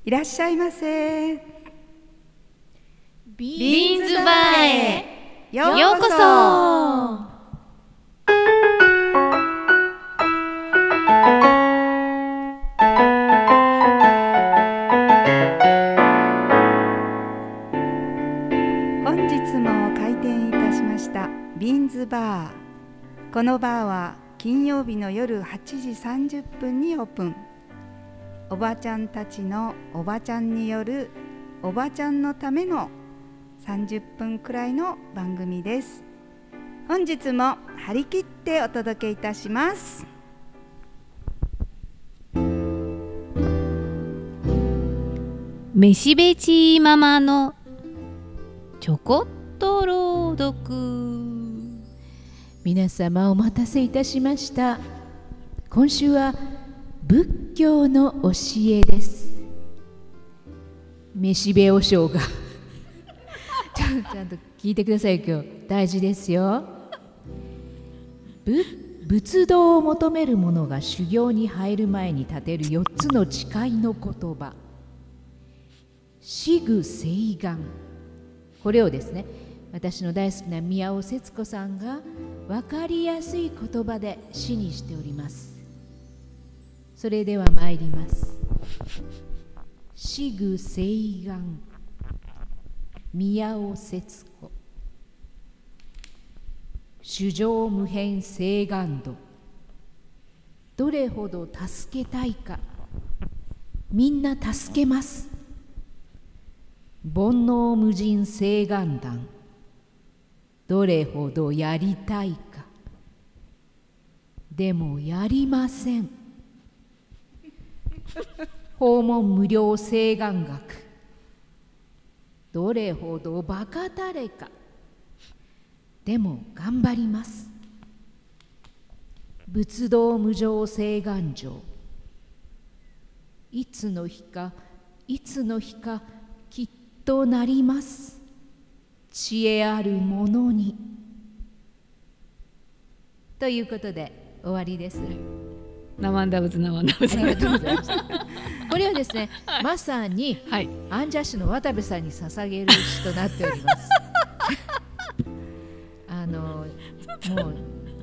いらっしゃいませ。 ビーンズバーへようこそ。本日も開店いたしましたビーンズバー。このバーは金曜日の夜8時30分にオープン。おばちゃんたちのおばちゃんによるおばちゃんのための30分くらいの番組です。本日も張り切ってお届けいたします。 めしべちママのちょこっと朗読。 皆様お待たせいたしました。今週は仏教の教えです。めしべ和尚がちゃんと聞いてください。今日大事ですよ。仏道を求める者が修行に入る前に立てる4つの誓いの言葉、至愚誓願、これをですね、私の大好きな宮尾節子さんが分かりやすい言葉で詩にしております。それでは参ります。至愚誓願、宮尾節子。衆生無辺誓願度、どれほど助けたいか、みんな助けます。煩悩無尽誓願談、どれほどやりたいか、でもやりません。訪問無料誓願学、どれほどバカたれか、でも頑張ります。仏道無常誓願状、いつの日かいつの日かきっとなります。知恵あるものに。ということで終わりです。 ナマンダ仏ナマンダ仏。 ありがとうございました。これはですね、まさに、アンジャッシュの渡部さんに捧げる詩となっております。もう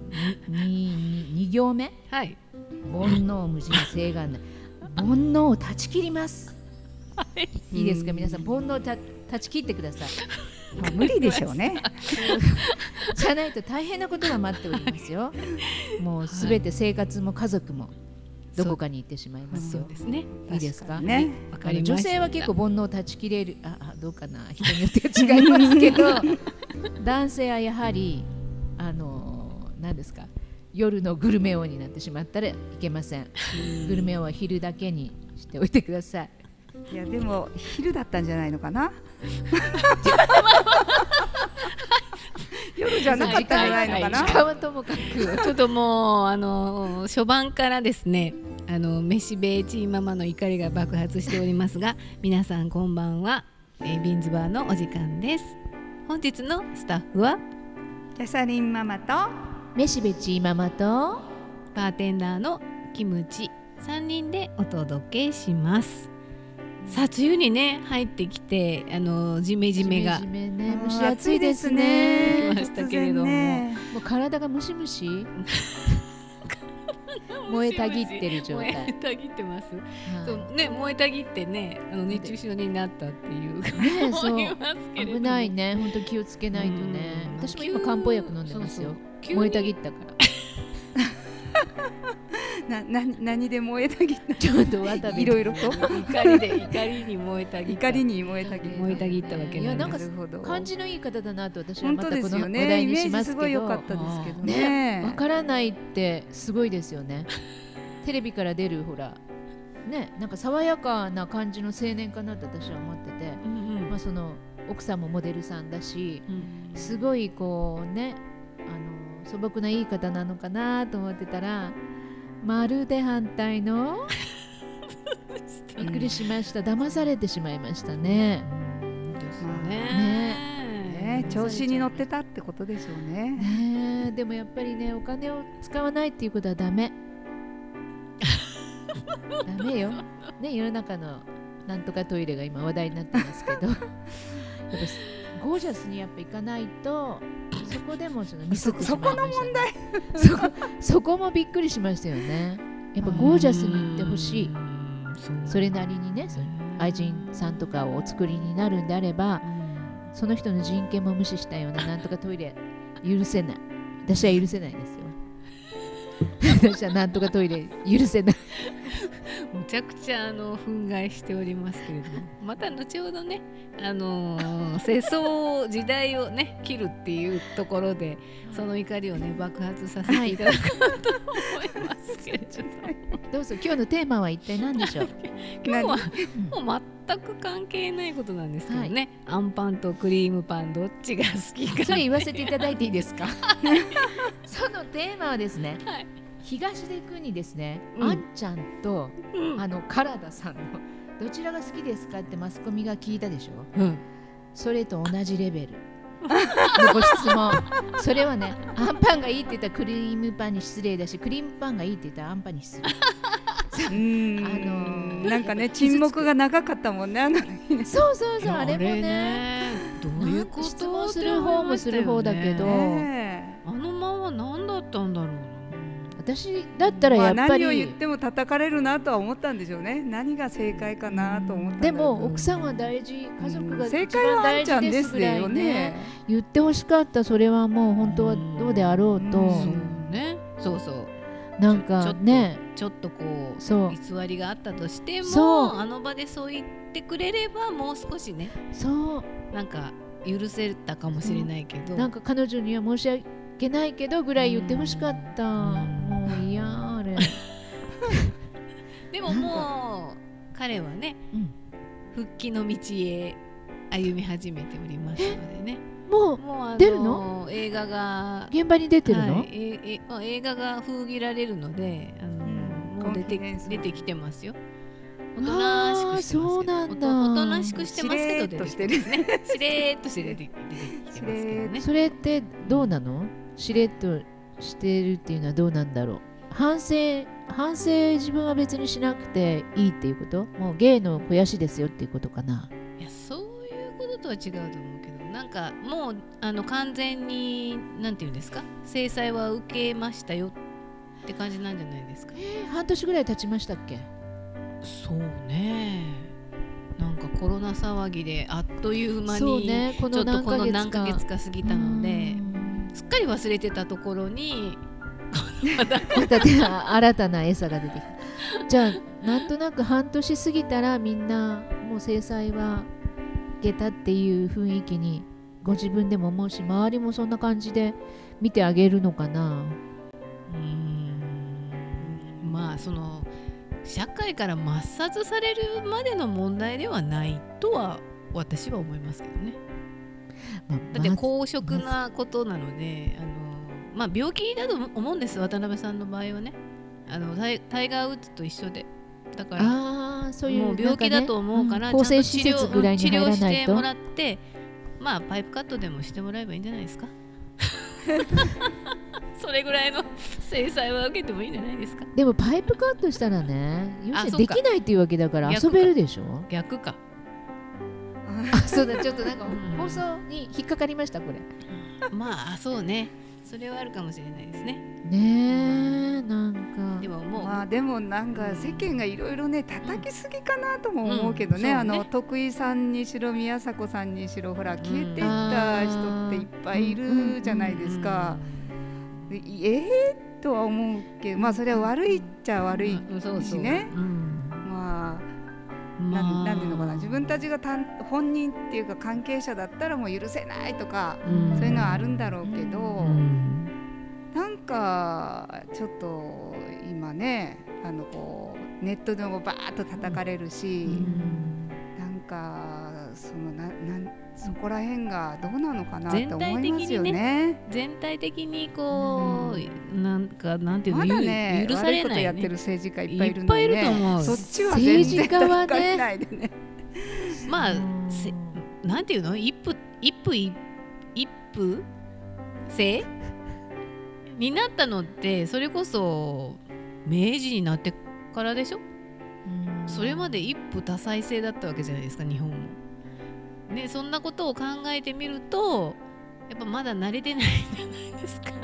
2行目、煩悩無尽誓願、煩悩を断ち切ります。いいですか皆さん、煩悩を断ち切ってください。 無理でしょうね。 じゃないと大変なことが待っておりますよ。もうすべて生活も家族もどこかに行ってしまいますよ。 そうですね。 いいですか。 ね、 女性は結構煩悩を断ち切れる。どうかな、人によって違いますけど男性はやはり何ですか、夜のグルメ王になってしまったらいけません。グルメ王は昼だけにしておいてください。 いやでも昼だったんじゃないのかな。夜じゃなかったんじゃないのかな。 時間はともかくちょっともう初版からですね、めしべちママの怒りが爆発しておりますが、皆さんこんばんは。ビーンズバーのお時間です。本日のスタッフはキャサリンママとめしべちママとバーテンダーのキムチ3人でお届けします。さあ梅雨にね入ってきてジメジメがジメジメね、蒸し暑いですね。 来ましたけれども、 もう体がムシムシ燃えたぎってる状態。 燃えたぎってます。そうね、燃えたぎってね、熱中症になったっていうね、そう思いますけれども、 危ないね。本当気をつけないとね。私も今漢方薬飲んでますよ。燃えたぎったから。 何で燃えたぎった。 ちょっと渡部いろいろと怒りに燃えたぎった。 怒りに燃えたぎった。 燃えたぎったわけなんです。 いやなんか感じのいい方だなと私は本またこの話当ですよね。 題イメージにしますけど。 すごい良かったですけどね。 ね。 わからないってすごいですよね。テレビから出るほらね、なんか爽やかな感じの青年かなって私は思ってて、まあその奥さんもモデルさんだし、すごいこうね、素朴ないい方なのかなと思ってたら、まるで反対のびっくりしました。騙されてしまいましたね。 ですね。 ね、調子に乗ってたってことでしょうね。 ね、でもやっぱりね、お金を使わないっていうことはダメ。ダメよ。ね、世の中のなんとかトイレが今話題になってますけどやっぱゴージャスにやっぱ行かないとそこでもそのミスってしまいましたね。そこもびっくりしましたよね。やっぱゴージャスに行ってほしい。それなりにね、愛人さんとかをお作りになるんであれば、その人の人権も無視したようななんとかトイレ許せない。私は許せないですよ。私はなんとかトイレ許せない。 むちゃくちゃ憤慨しておりますけれども、また後ほどね、世相時代をね切るっていうところでその怒りをね爆発させていただこうと思いますけれども、 どうぞ今日のテーマは一体何でしょう。 今日はもう全く関係ないことなんですけどね、あんパンとクリームパンどっちが好きか、 それ言わせていただいていいですか。そのテーマはですね、東出くんにですね、あんちゃんと唐田さんのどちらが好きですかってマスコミが聞いたでしょ、それと同じレベルのご質問。それはね、あんパンがいいって言ったらクリームパンに失礼だし、クリームパンがいいって言ったらあんパンに失礼。 なんかね、沈黙が長かったもんね、 そうそうそう、あれもね、 どういうこと質問する方もする方だけど、 あの間は何だったんだろう。 私だったらやっぱり、 何を言っても叩かれるなとは思ったんでしょうね。何が正解かなと思ったんだでも奥さんは大事、家族が正一解はあんちゃ番大事んですすでぐらいよねね言ってほしかった。それはもう本当はどうであろうと、 そうね、そうそうなんかね、 ちょっとこうそう偽りがあったとしてそうも、あの場でそう言ってくれればもう少しね、 そうなんか許せたかもしれないけど、 なんか彼女には申し訳ないけどぐらい言ってほしかった。もういやあれでももう彼はね、復帰の道へ歩み始めておりますのでね、 もう出るの？ 映画が現場に出てるの？ 映画が封切られるので、もう出てきてますよ。おとなしくしてますけど、 そうなんだ。 おとなしくしてますけど出てきてますね。しれーっとして出てきてますけどね。 それってどうなの？しれっとしてるっていうのはどうなんだろう。反省自分は別にしなくていいっていうこと？もう芸の肥やしですよっていうことかな。 いや、そういうこととは違うと思うけど、なんかもう完全になんていうんですか、制裁は受けましたよって感じなんじゃないですか。 半年ぐらい経ちましたっけ？ そうね、なんかコロナ騒ぎであっという間に、 ね、ちょっとこの何ヶ月か過ぎたので、すっかり忘れてたところにまた新たな餌が出てきた。じゃあなんとなく半年過ぎたらみんなもう制裁は受けたっていう雰囲気にご自分でも思うし、周りもそんな感じで見てあげるのかな。 まあその社会から抹殺されるまでの問題ではないとは私は思いますけどね。だって公職なことなので、まあ病気だと思うんです、渡辺さんの場合はね。タイガー・ウッズと一緒で、だからそういうもう病気だと思うから、 更生施設ぐらいに入らないと、 治療してもらって、まあパイプカットでもしてもらえばいいんじゃないですか。それぐらいの制裁は受けてもいいんじゃないですか。 でもパイプカットしたらね、要するにできないっていうわけだから遊べるでしょ。 逆か。 そうだ、ちょっとなんか放送に引っかかりましたこれ。 まあそうね、それはあるかもしれないですね。 ねえ、なんかでももう、 まあでもなんか世間がいろいろね叩きすぎかなとも思うけどね、徳井さんにしろ宮迫さんにしろ、ほら消えていった人っていっぱいいるじゃないですか。とは思うけど、まあそれは悪いっちゃ悪いしね。まあなんていうのかな、自分たちが本人っていうか関係者だったらもう許せないとか、そういうのはあるんだろうけど、なんかちょっと今ね、こうネットでもバーッと叩かれるし、なんかそこら辺がどうなのかなって思いますよね。 全体的にこう、なんていうの、 まだね、 許されないね、 悪いことやってる政治家いっぱいいるので、 いっぱいいると思う。 そっちは全然叩かれないでね。 まあなんていうの、一夫制になったのって、それこそ明治になってからでしょ。 それまで一夫多妻制だったわけじゃないですか、日本も。ね、そんなことを考えてみるとやっぱまだ慣れてないんじゃないですかね。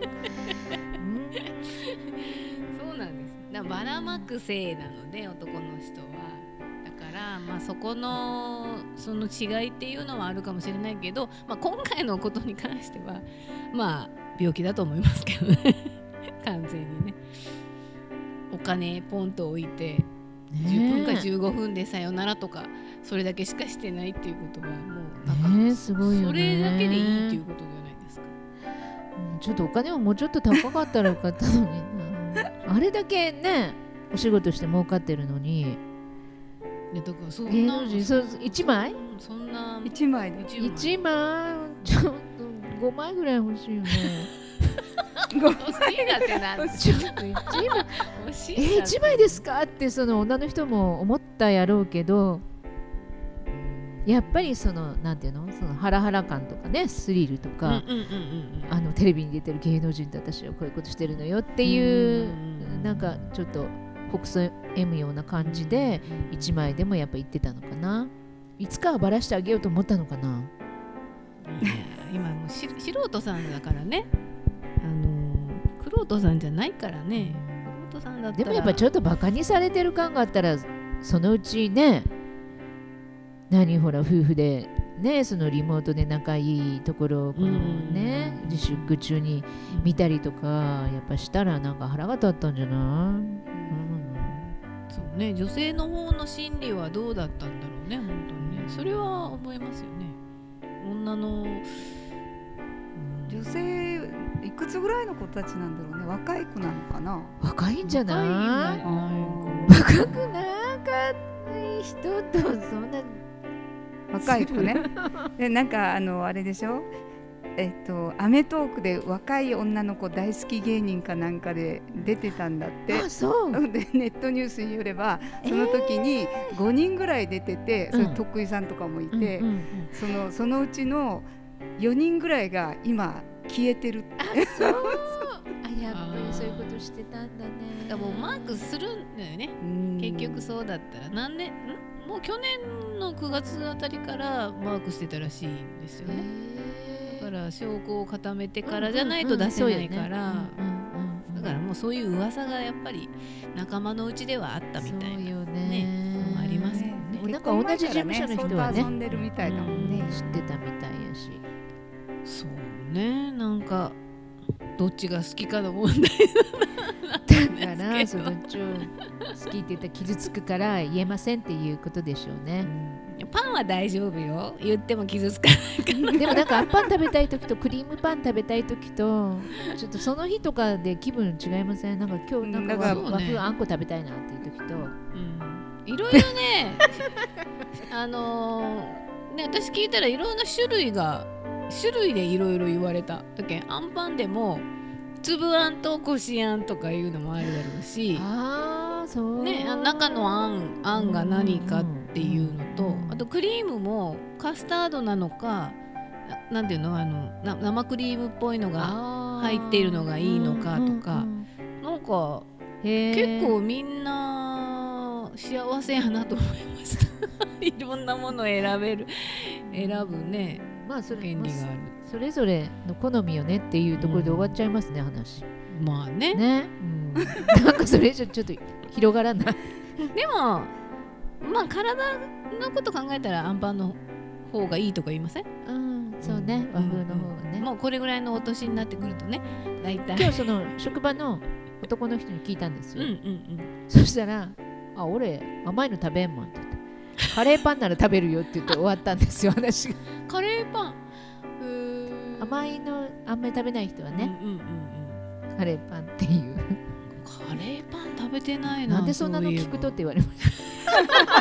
そうなんです。だからばらまく性なので男の人は。だからまあそこのその違いっていうのはあるかもしれないけど、まあ、今回のことに関してはまあ病気だと思いますけどね完全にね。お金ポンと置いて10分か15分でさよならとかそれだけしかしてないっていうことはもうなんかすごいよね。 それだけでいいっていうことじゃないですか。 ちょっとお金ももうちょっと高かったらよかったのになあれだけねお仕事して儲かってるのに。 いやだからそんな芸能人そう1枚そんな 1枚で 1枚ちょっと5枚ぐらい欲しいよね。 欲しいだってなんちょっと1枚欲しいだって 1枚ですかってその女の人も思ったやろうけど、やっぱりそのなんていうのそのハラハラ感とかねスリルとか、テレビに出てる芸能人と私はこういうことしてるのよっていうなんかちょっとほくそ笑むような感じで1枚でもやっぱ言ってたのかな。いつかはバラしてあげようと思ったのかな。 いや今もう素人さんだからね、玄人さんじゃないからね。玄人さんだったらでもやっぱちょっとバカにされてる感があったらそのうちね何ほら夫婦でねそのリモートで仲いいところをこのね自粛中に見たりとかやっぱしたらなんか腹が立ったんじゃない？ そうね、女性の方の心理はどうだったんだろうね本当にね。それは思いますよね。女の女性いくつぐらいの子たちなんだろうね。若い子なのかな。 若いんじゃない？ 若若くなかった人とそんな若い子ね。でなんかあれでしょ。アメトークで若い女の子大好き芸人かなんかで出てたんだって。 あ、そう。 でネットニュースによればその時に5人ぐらい出てて、それ徳井さんとかもいて、そのうちの4人ぐらいが今消えてるって。 あ、そう。あ、やっぱりそういうことしてたんだね。 だからもうマークするんだよね。結局そうだったら何年もう去年の9月あたりからマークしてたらしいんですよね。だから証拠を固めてからじゃないと出せないから、だからもうそういう噂がやっぱり仲間のうちではあったみたいなねありますもんね。 なんか同じ事務所の人はね遊んでるみたいだもんね。 知ってたみたいやし。 そうね、なんかどっちが好きかの問題だからその好きって言ったら傷つくから言えませんっていうことでしょうね。 パンは大丈夫よ、言っても傷つかないからでもなんかあんパン食べたい時とクリームパン食べたい時とちょっとその日とかで気分違いません？なんか今日なんか和風あんこ食べたいなっていう時と、 いろいろねね、私聞いたらいろんな種類でいろいろ言われた。だけあんパンでも粒あんとこしあんとかいうのもあるだろうし、 そうね、中のあんが何かっていうのと、あとクリームもカスタードなのかなんていうの生クリームっぽいのが入っているのがいいのかとか、なんか結構みんな幸せやなと思いましたいろんなものを選ぶね、権利がある。 それぞれの好みよねっていうところで終わっちゃいますね、話。 まあね。 なんかそれ以上ちょっと広がらないでもまあ体のこと考えたらアンパンの方がいいとか言いません？ そうね、和風の方がね。 もうこれぐらいのお年になってくるとね、大体今日その職場の男の人に聞いたんですよ。そしたら俺甘いの食べんもんって言ってカレーパンなら食べるよって言って終わったんですよ、話が。 カレーパン甘いのあんまり食べない人はね、カレーパンっていうカレーパン食べてないな。 なんでそんなの聞くとって言われました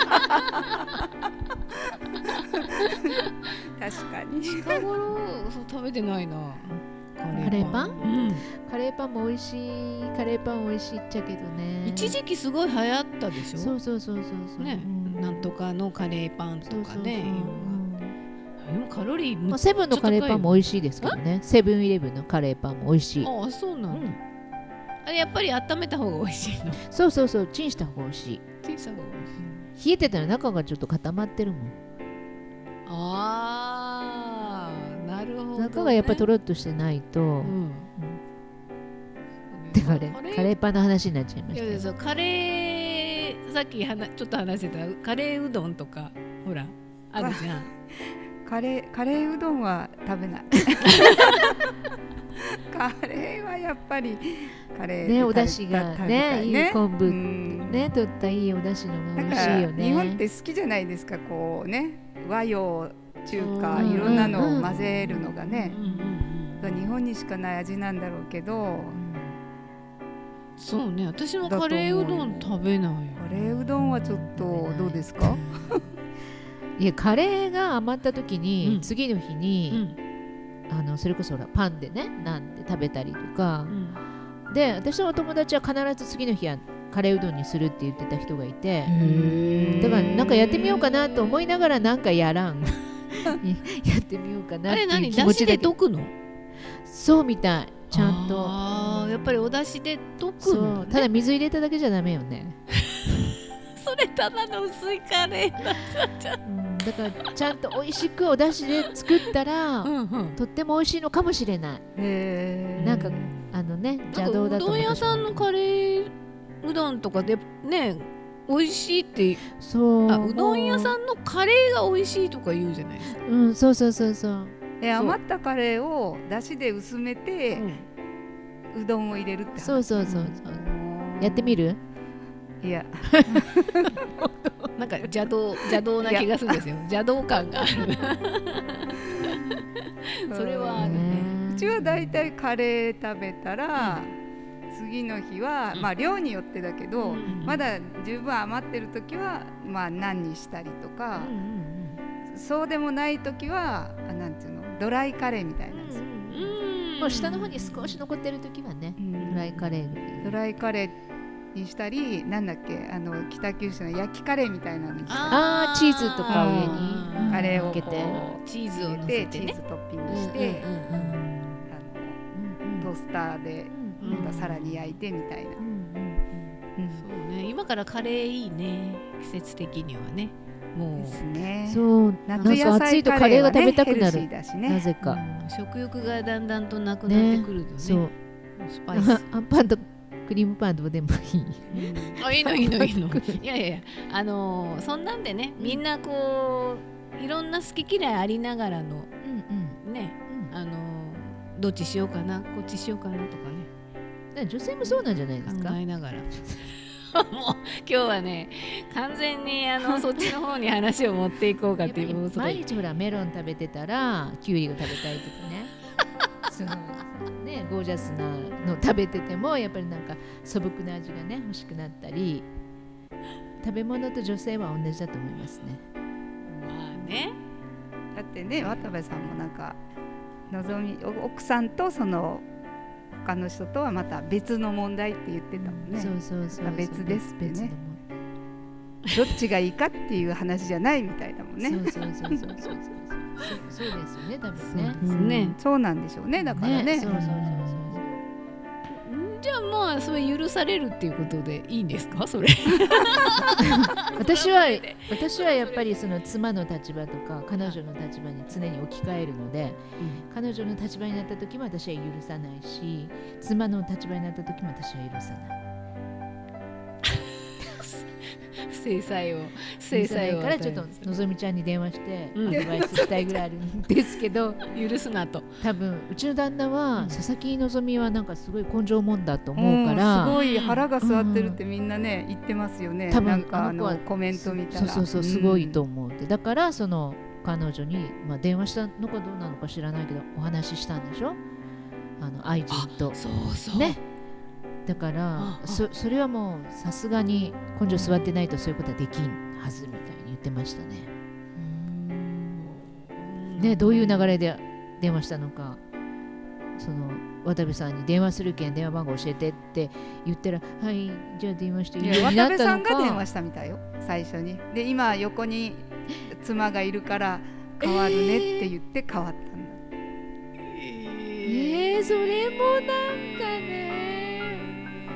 確かに近頃食べてないなカレーパン、カレーパンも美味しい、カレーパン美味しいっちゃけどね、 一時期すごい流行ったでしょ。 そうね、なんとかのカレーパンとかね。でもカロリーセブンのカレーパンも美味しいですけどね。セブンイレブンのカレーパンも美味しい。 そうなんだ。 あれやっぱり温めた方が美味しいの。 そうそうそう、チンした方が美味しい。 チンした方が美味しい。 冷えてたら中がちょっと固まってるもん。 ああ、なるほど、ね。 中がやっぱりとろっとしてないと、 うんでカレーパンの話になっちゃいましたよ。 いやそうカレーさっきちょっと話してたカレーうどんとかほらあるじゃん。 カレーうどんは食べないカレーはやっぱりカレーね、お出汁がね、いい昆布ね、取ったいいお出汁のが美味しいよね。 日本って好きじゃないですか、こうね、和洋中華いろんなのを混ぜるのがね、日本にしかない味なんだろうけど、 そうね、私もカレーうどん食べないよ。 カレーうどんはちょっとどうですか？ いや、カレーが余った時に、次の日に、それこそほらパンでね、なんで食べたりとか、で私のお友達は必ず次の日はカレーうどんにするって言ってた人がいて、だからなんかやってみようかなと思いながらなんかやらんやってみようかなっていう気持ちで。 だしで溶くの？ そうみたい、ちゃんと。 やっぱりお出汁で溶くの、ね、 ただ水入れただけじゃダメよねそれただの薄いカレーになっちゃう、 だからちゃんと美味しくお出汁で作ったらとっても美味しいのかもしれない。なんか邪道だと思う。 うどん屋さんのカレーうどんとかでね美味しいって、うどん屋さんのカレーが美味しいとか言うじゃないですか。 そうそうそうそう。 余ったカレーをだしで薄めて、うどんを入れるって話。 そうそうそうそう。やってみる？ いやなんか邪道な気がするんですよ。邪道感があるそれはあるね。 うちはだいたいカレー食べたら、次の日は、まあ量によってだけど、まだ十分余ってる時はまあ何にしたりとか、そうでもない時はなんていうの、ドライカレーみたいなんですよ。 もう下の方に少し残ってる時はね、ドライカレーにしたり、なんだっけ、北九州の焼きカレーみたいなのにしたり、 チーズとか上にカレーをかけてチーズを乗せてね、 チーズトッピングして、トースターでまたさらに焼いてみたいな。 そうね、今からカレーいいね、季節的にはね。もうですね。 そう、夏野菜とカレーが食べたくなる。なぜか食欲がだんだんとなくなってくるとね。そう。スパイス。 あんパンとクリームパンどうでもいい。 いいのいいのいいの。いやいや、そんなんでね、みんなこういろんな好き嫌いありながらのね、どっちしようかな、こっちしようかなとかね。 女性もそうなんじゃないですか。 考えながら。もう今日はね、完全にそっちの方に話を持っていこうかっていう。 毎日ほらメロン食べてたらキュウリが食べたいとかね。そのね、ゴージャスなの食べててもやっぱりなんか素朴な味がね欲しくなったり、食べ物と女性は同じだと思いますね。 まあね。 だってね、渡部さんもなんかのぞみ奥さんとその他の人とはまた別の問題って言ってたもんね。 そうそうそう、 別ですってね。どっちがいいかっていう話じゃないみたいだもんね。 そうそうそうそうそうそうですよね、多分ね。 そうなんでしょうね、だからね。 そうそうそうそう。 じゃあまあそれ許されるっていうことでいいんですか、それ。 私はやっぱりその妻の立場とか彼女の立場に常に置き換えるので、彼女の立場になった時も私は許さないし、妻の立場になった時も私は許さない。 制裁をからちょっとのぞみちゃんに電話してアドバイスしたいぐらいあるんですけど、 許すなと。 多分うちの旦那は佐々木希はなんかすごい根性もんだと思うから、 すごい腹が据わってるってみんなね言ってますよね。 多分なんかコメント見たらそうすごいと思うって。だからその彼女に電話したのかどうなのか知らないけどお話ししたんでしょ、愛人と。 そうね。だからそれはもうさすがに根性座ってないとそういうことはできんはずみたいに言ってましたね。ね、どういう流れで電話したのか、その渡部さんに電話するけん電話番号教えてって言ったら、はいじゃあ電話していいようになったのか。 渡部さんが電話したみたいよ最初に。で今横に妻がいるから変わるねって言って変わったんだ。 それもなんかね。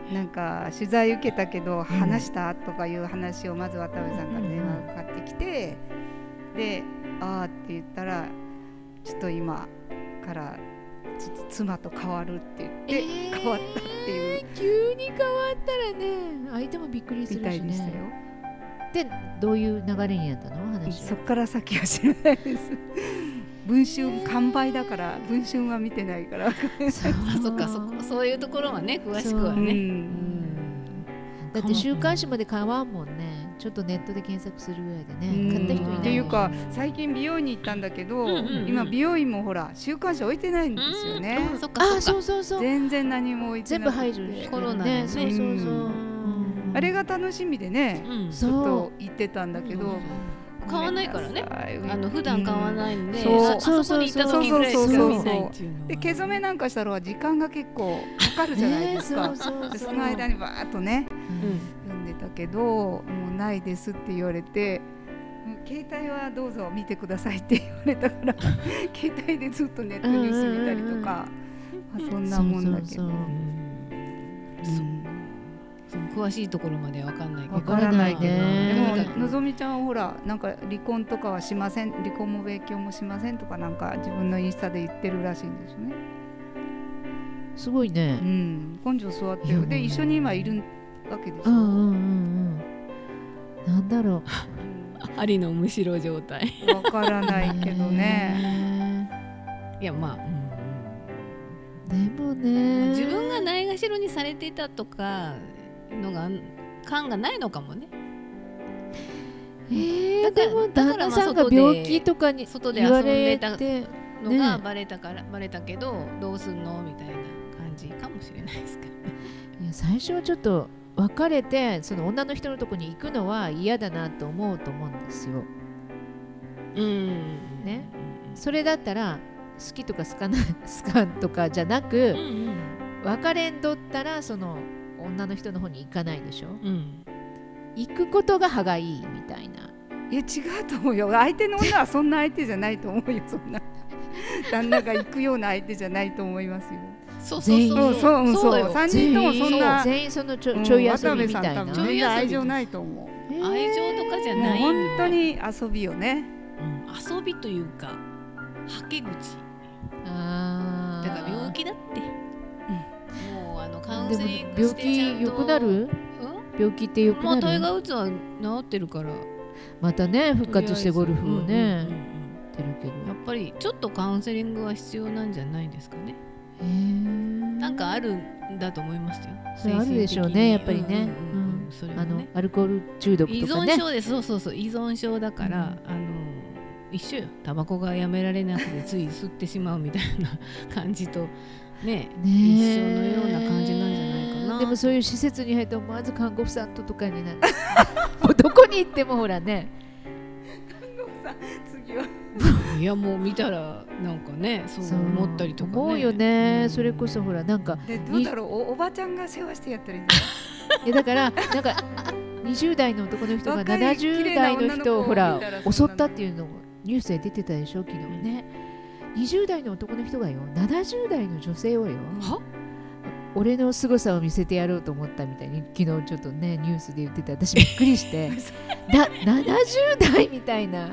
なんか取材受けたけど話したとかいう話をまず渡辺さんから電話がかかってきて、であーって言ったらちょっと今からちょっと妻と変わるって言って変わったっていう、 急に変わったらね相手もびっくりすみるしたいでしたよ。 ね。でどういう流れになったの話は。 そっから先は知らないです文春完売だから文春は見てないからそうあ、そっかそういうところはね詳しくはうね。 んだって週刊誌まで買わんもんね。ちょっとネットで検索するぐらいでね、買った人いない。 っていうか最近美容院に行ったんだけど、今美容院もほら週刊誌置いてないんですよね。 そっかあ、そうそうそう。 全然何も置いて全なくて部排除してコロナでねそうそうそう。 あれが楽しみでね、ちょっと行ってたんだけど、 買わないからね。 ね普段買わないんで、 そうあそこに行った時ぐらいしか見ないっていうのは。 で毛染めなんかしたら時間が結構かかるじゃないですか。でその間にバーッとね、読んでたけどもうないですって言われて、携帯はどうぞ見てくださいって言われたから携帯でずっとネットニュース見たりとか、そんなもんだけど。 詳しいところまでわかんないけど。 わからないけど、 ね。 でものぞみちゃんはほらなんか離婚とかはしません、離婚も勉強もしませんとかなんか自分のインスタで言ってるらしいんですね。 すごいね。 根性座ってる。で一緒に今いるわけでしょ。 なんだろう。 ありのむしろ状態。 わからないけどね。 いやまあ。 でもね。 自分がないがしろにされていたとかのが感がないのかもね。 でも旦那さんが病気とかに外で遊んでたてのがバレたけどどうすんのみたいな感じかもしれないですけどね。 いや最初はちょっと別れてその女の人のとこに行くのは嫌だなと思うと思うんですよ。ね。それだったら好きとか好かんとかじゃなく、別れんどったらその女の人の方に行かないでしょ。行くことが歯がいいみたいな。 いや違うと思うよ。相手の女はそんな相手じゃないと思うよ。そんな旦那が行くような相手じゃないと思いますよ。 そう 3人ともそんな全員そのちょい遊びみたいな。 全然愛情ないと思う。 愛情とかじゃない。 本当に遊びよね。 遊びというかはけ口。だから病気だって。もうカウンセリングしてちゃんと。 病気良くなる？病気って良くなる？ タイガー・ウッズは治ってるからまたね復活してゴルフをねてるけど、 やっぱりちょっとカウンセリングは必要なんじゃないですかね。なんかあるんだと思いますよ。 それあるでしょうねやっぱりね。アルコール中毒とかね。 依存症です。そう依存症だから一緒よ。タバコがやめられなくてつい吸ってしまうみたいな感じとね一緒のような感じなんじゃないかな。 でもそういう施設に入って思わず看護婦さんとかになるどこに行ってもほらね看護婦さん次いやもう見たらなんかねそう思ったりとかね思うよね。それこそほらなんかでどうだろう おばちゃんが世話してやったらいいんだよ。 いやだからなんか20代の男の人が70代の人をほら襲ったっていうのをニュースで出てたでしょ昨日ね。20代の男の人がよ70代の女性をよ俺の凄さを見せてやろうと思ったみたいに昨日ちょっとねニュースで言ってて私びっくりして70代みたいな。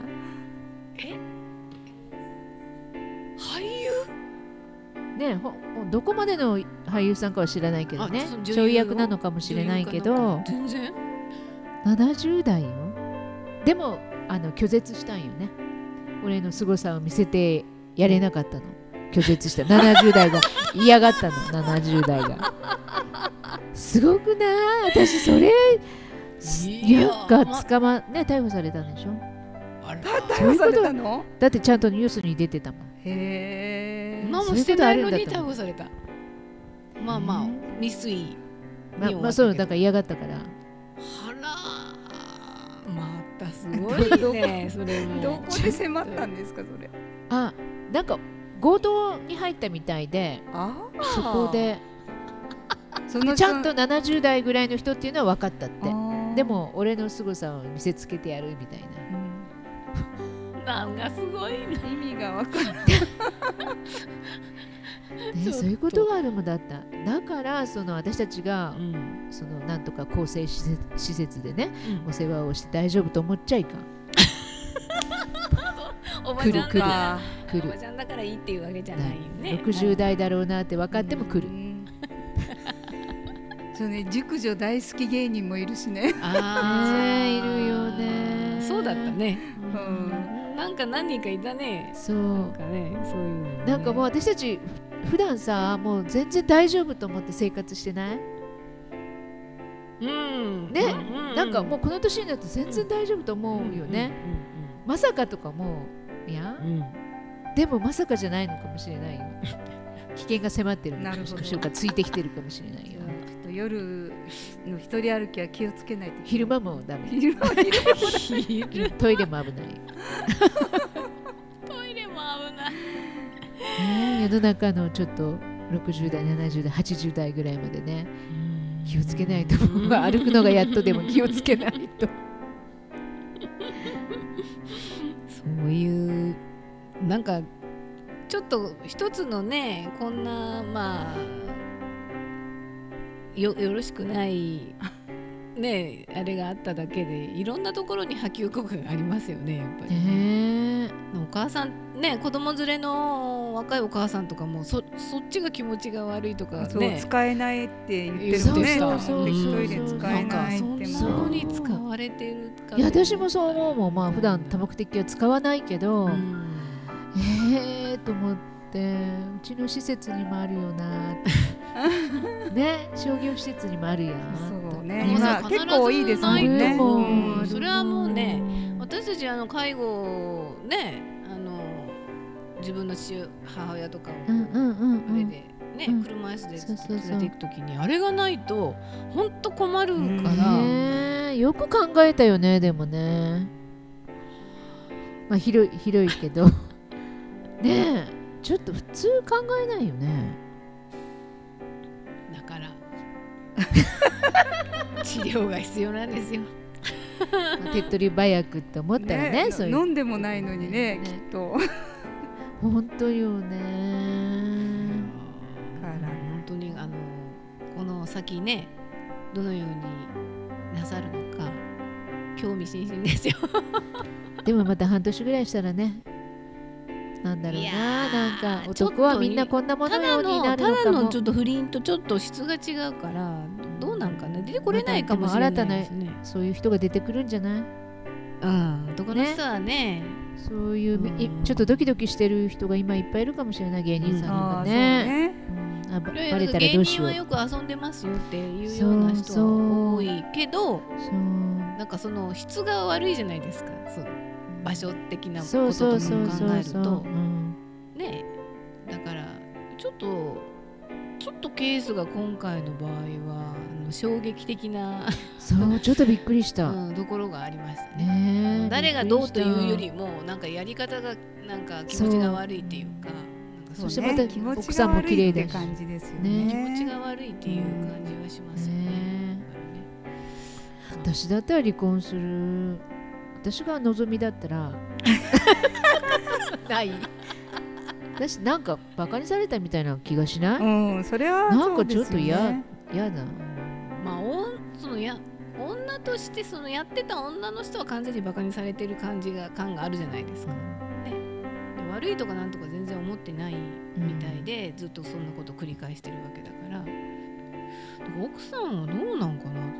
俳優ねどこまでの俳優さんかは知らないけどねちょい役なのかもしれないけど全然 70代よ。でも拒絶したんよね。俺の凄さを見せてやれなかったの。拒絶した70代が嫌がったの。70代がすごくない？私それなんか逮捕されたんでしょ。 逮捕されたの？ だってちゃんとニュースに出てたもん。 へえ。 何もしてないのに逮捕された。まあ未遂。 まあそうだから嫌がったから。 またすごいね。それもどこで迫ったんですかそれ？ なんか強盗に入ったみたいで、そこでちゃんと70代ぐらいの人っていうのは分かったって。でも俺の凄さを見せつけてやるみたいな。 なんかすごい意味が分かんない。 そういうことがあるもんだった。だからその私たちが、 うんそのなんとか更生施設でね、 うんお世話をして大丈夫と思っちゃいかん。 おばちゃんだ来るから来るおばちゃんだからいいっていうわけじゃないよね。 60代だろうなって分かっても来る。 そうね、熟女大好き芸人もいるしね。 あいるよね。 そうだったね。 うんなんか何人かいたね。 そうなんかね、そういうのね。 なんかもう私たち普段さもう全然大丈夫と思って生活してない？ うんね、 うんなんかもうこの年になって全然大丈夫と思うよね。まさかとかもいや、 うんうんうんうんでもまさかじゃないのかもしれないよ。危険が迫ってるなるほど後ろからついてきてるかもしれないよ。 ちょっと夜の一人歩きは気をつけないといけない。 昼間もダメ。 昼間トイレも危ない。 トイレも危ない。 世の中のちょっと60代70代80代ぐらいまでね気をつけないと歩くのがやっとでも気をつけないと。 そういうなんかちょっと一つのねこんなまあよろしくないねあれがあっただけでいろんなところに波及効果がありますよねやっぱり、お母さんね子供連れの若いお母さんとかもそっちが気持ちが悪いとかそうね使えないって言ってるそうもんね。 そうそうトイレ使えないってなんかそこに使われてるかいや私もそう思うもん。まあ普段多目的は使わないけど、と思ってうちの施設にもあるよなね商業施設にもあるやん。 そうね。 もうさ今結構いいですもんね。 必ずないと思ううんそれはもうね私たち介護ね自分の母親とかをうんうんうんうんあれでね、 うん車椅子でそうそうそう連れて行くときにあれがないと本当困るから、 ねよく考えたよね。でもねまあ広いけどねえちょっと普通考えないよね。 だから治療が必要なんですよ。 まあ手っ取り早くって思ったらねそういう飲んでもないのにね、きっと。 本当よね。 本当にこの先ねどのようになさるのか興味津々ですよ。 でもまた半年ぐらいしたらねなんだろういやなーなんかちょっと男はみんなこんなものようになるのただかも。 のちょっと不倫とちょっと質が違うからどうなんかな出てこれないかもしれないですね。 そういう人が出てくるんじゃない？ 男の人はねそういう、 うんちょっとドキドキしてる人が今いっぱいいるかもしれない芸人さんとああ、そうかね。 ね。 バいやいやレたら芸どうしよう。 人はよく遊んでますよっていうような人は多いけどそうなんかその質が悪いじゃないですかそう場所的なこそうととそうかも考えるそうそうそう、 とねだからちょっとケースが今回の場合は衝撃的な、 そうちょっとびっくりした。 ところがありましたね。 ねえ誰がどうというよりびっくもなんかやり方がなんか気持ちが悪いっていうかなんかそしてまたそうね、気持ち奥さんもが悪いって綺麗だし感じですよねね。 気持ちが悪いっていう感じはしますよね。 ねりした私だったら離婚する。私が望みだったらない私なんかバカにされたみたいな気がしない？ うん、それはなんかそうですよね。 ちょっと嫌だ。 まあ女としてそのやってた女の人は完全にバカにされてる感があるじゃないですか。で悪いとかなんとか全然思ってないみたいで、ずっとそんなこと繰り返してるわけだから、奥さんはどうなんかなと思って。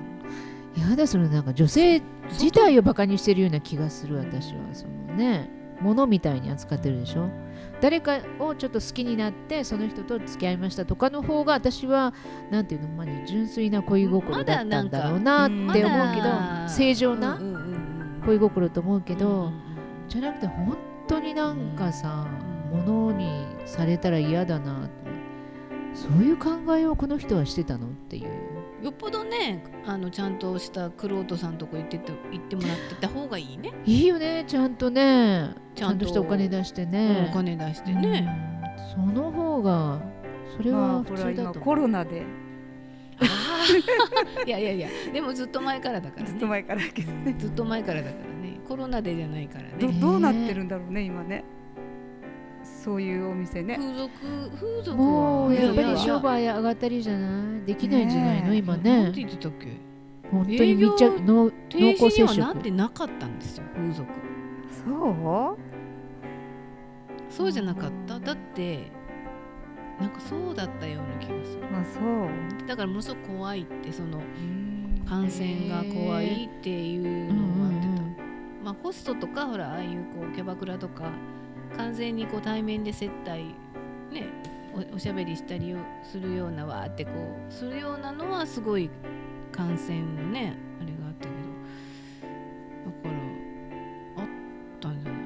やだそのなんか女性自体をバカにしてるような気がする。私はそのね物みたいに扱ってるでしょ。誰かをちょっと好きになってその人と付き合いましたとかの方が私はなんていうの、まあね、純粋な恋心だったんだろうなって思うけど、正常な恋心と思うけど、じゃなくて本当になんかさ、物にされたら嫌だなと、そういう考えをこの人はしてたのっていう。 よっぽどねちゃんとした玄人さんとこ行ってもらってた方がいいね。 いいよね、ちゃんとね、ちゃんとしたお金出してね、 お金出してね、 その方がそれは普これは今通だと思う。 コロナでいやでもずっと前からだからね。 ずっと前からだけどね。 ずっと前からだからね。コロナでじゃないからね。 どうなってるんだろうね今ね。 そういうお店ね。 風俗もはうやっぱりいやいや商売上がったりじゃないできないんじゃないの、 ねえ今なんねて言ってたっけ。 本当に密着濃停止厚接触にはなってなかったんですよ、風俗。 そうそうじゃなかった。だってなんかそうだったような気がする。 あ、そうだからものすごく怖いって、そのうん感染が怖いっていうのを待ってた。まあホストとかほらああいうこうキャバクラとか完全にこう対面で接待ね、おしゃべりしたりするようなわーってこうするようなのはすごい感染のねあれがあったけど、だからあったんじゃない。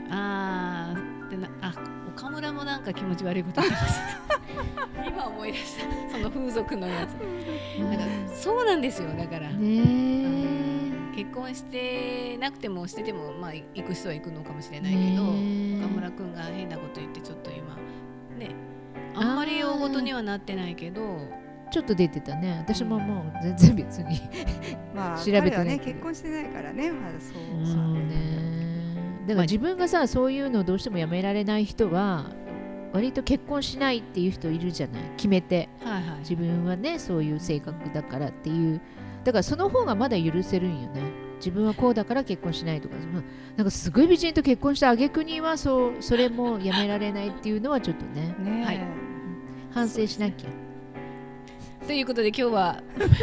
岡村もなんか気持ち悪いこと言ってました今思い出した、その風俗のやつ。なんかそうなんですよ。だから、結婚してなくてもしてても、まあ行く人は行くのかもしれないけど、岡村くんが変なこと言ってちょっと今ね、あんまり大ごとにはなってないけど、 ちょっと出てたね。私ももう全然別にまあ調べてない彼はね結婚してないからね、まだそうそうね。だから自分がさ、そういうのをどうしてもやめられない人は割と結婚しないっていう人いるじゃない、決めて。 はいはい、 自分はねそういう性格だからっていう、だからその方がまだ許せるんよね。自分はこうだから結婚しないとか、なんかすごい美人と結婚した挙句にはそれもやめられないっていうのはちょっとねね。 はい反省しなきゃ。 ということで今日は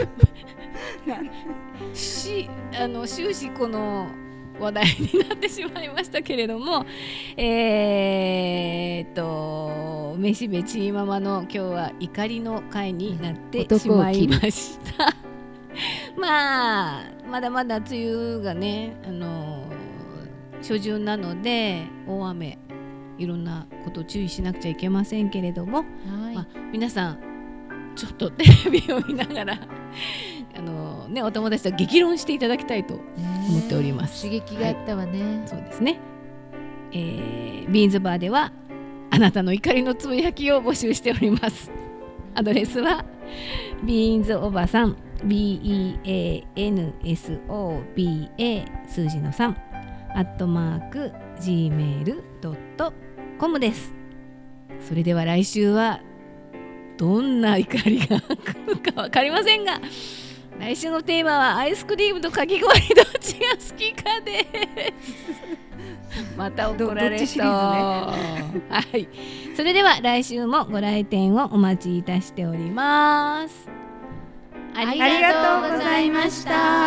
終始この話題になってしまいましたけれども、めしべちいママの今日は怒りの回になってしまいましたまあまだまだ梅雨がね、初旬なので大雨いろんなことを注意しなくちゃいけませんけれども、まあ、皆さんちょっとテレビを見ながらお友達と激論していただきたいと思っております。 刺激があったわね、 そうですね、ビーンズバーではあなたの怒りのつぶやきを募集しております。アドレスはビーンズおばさん BEANSOBA 数字の3@gmail.com です。それでは来週はどんな怒りが来るか分かりませんが、来週のテーマはアイスクリームとかき氷どっちが好きかですまた怒られそう、はい、それでは来週もご来店をお待ちいたしております。ありがとうございました。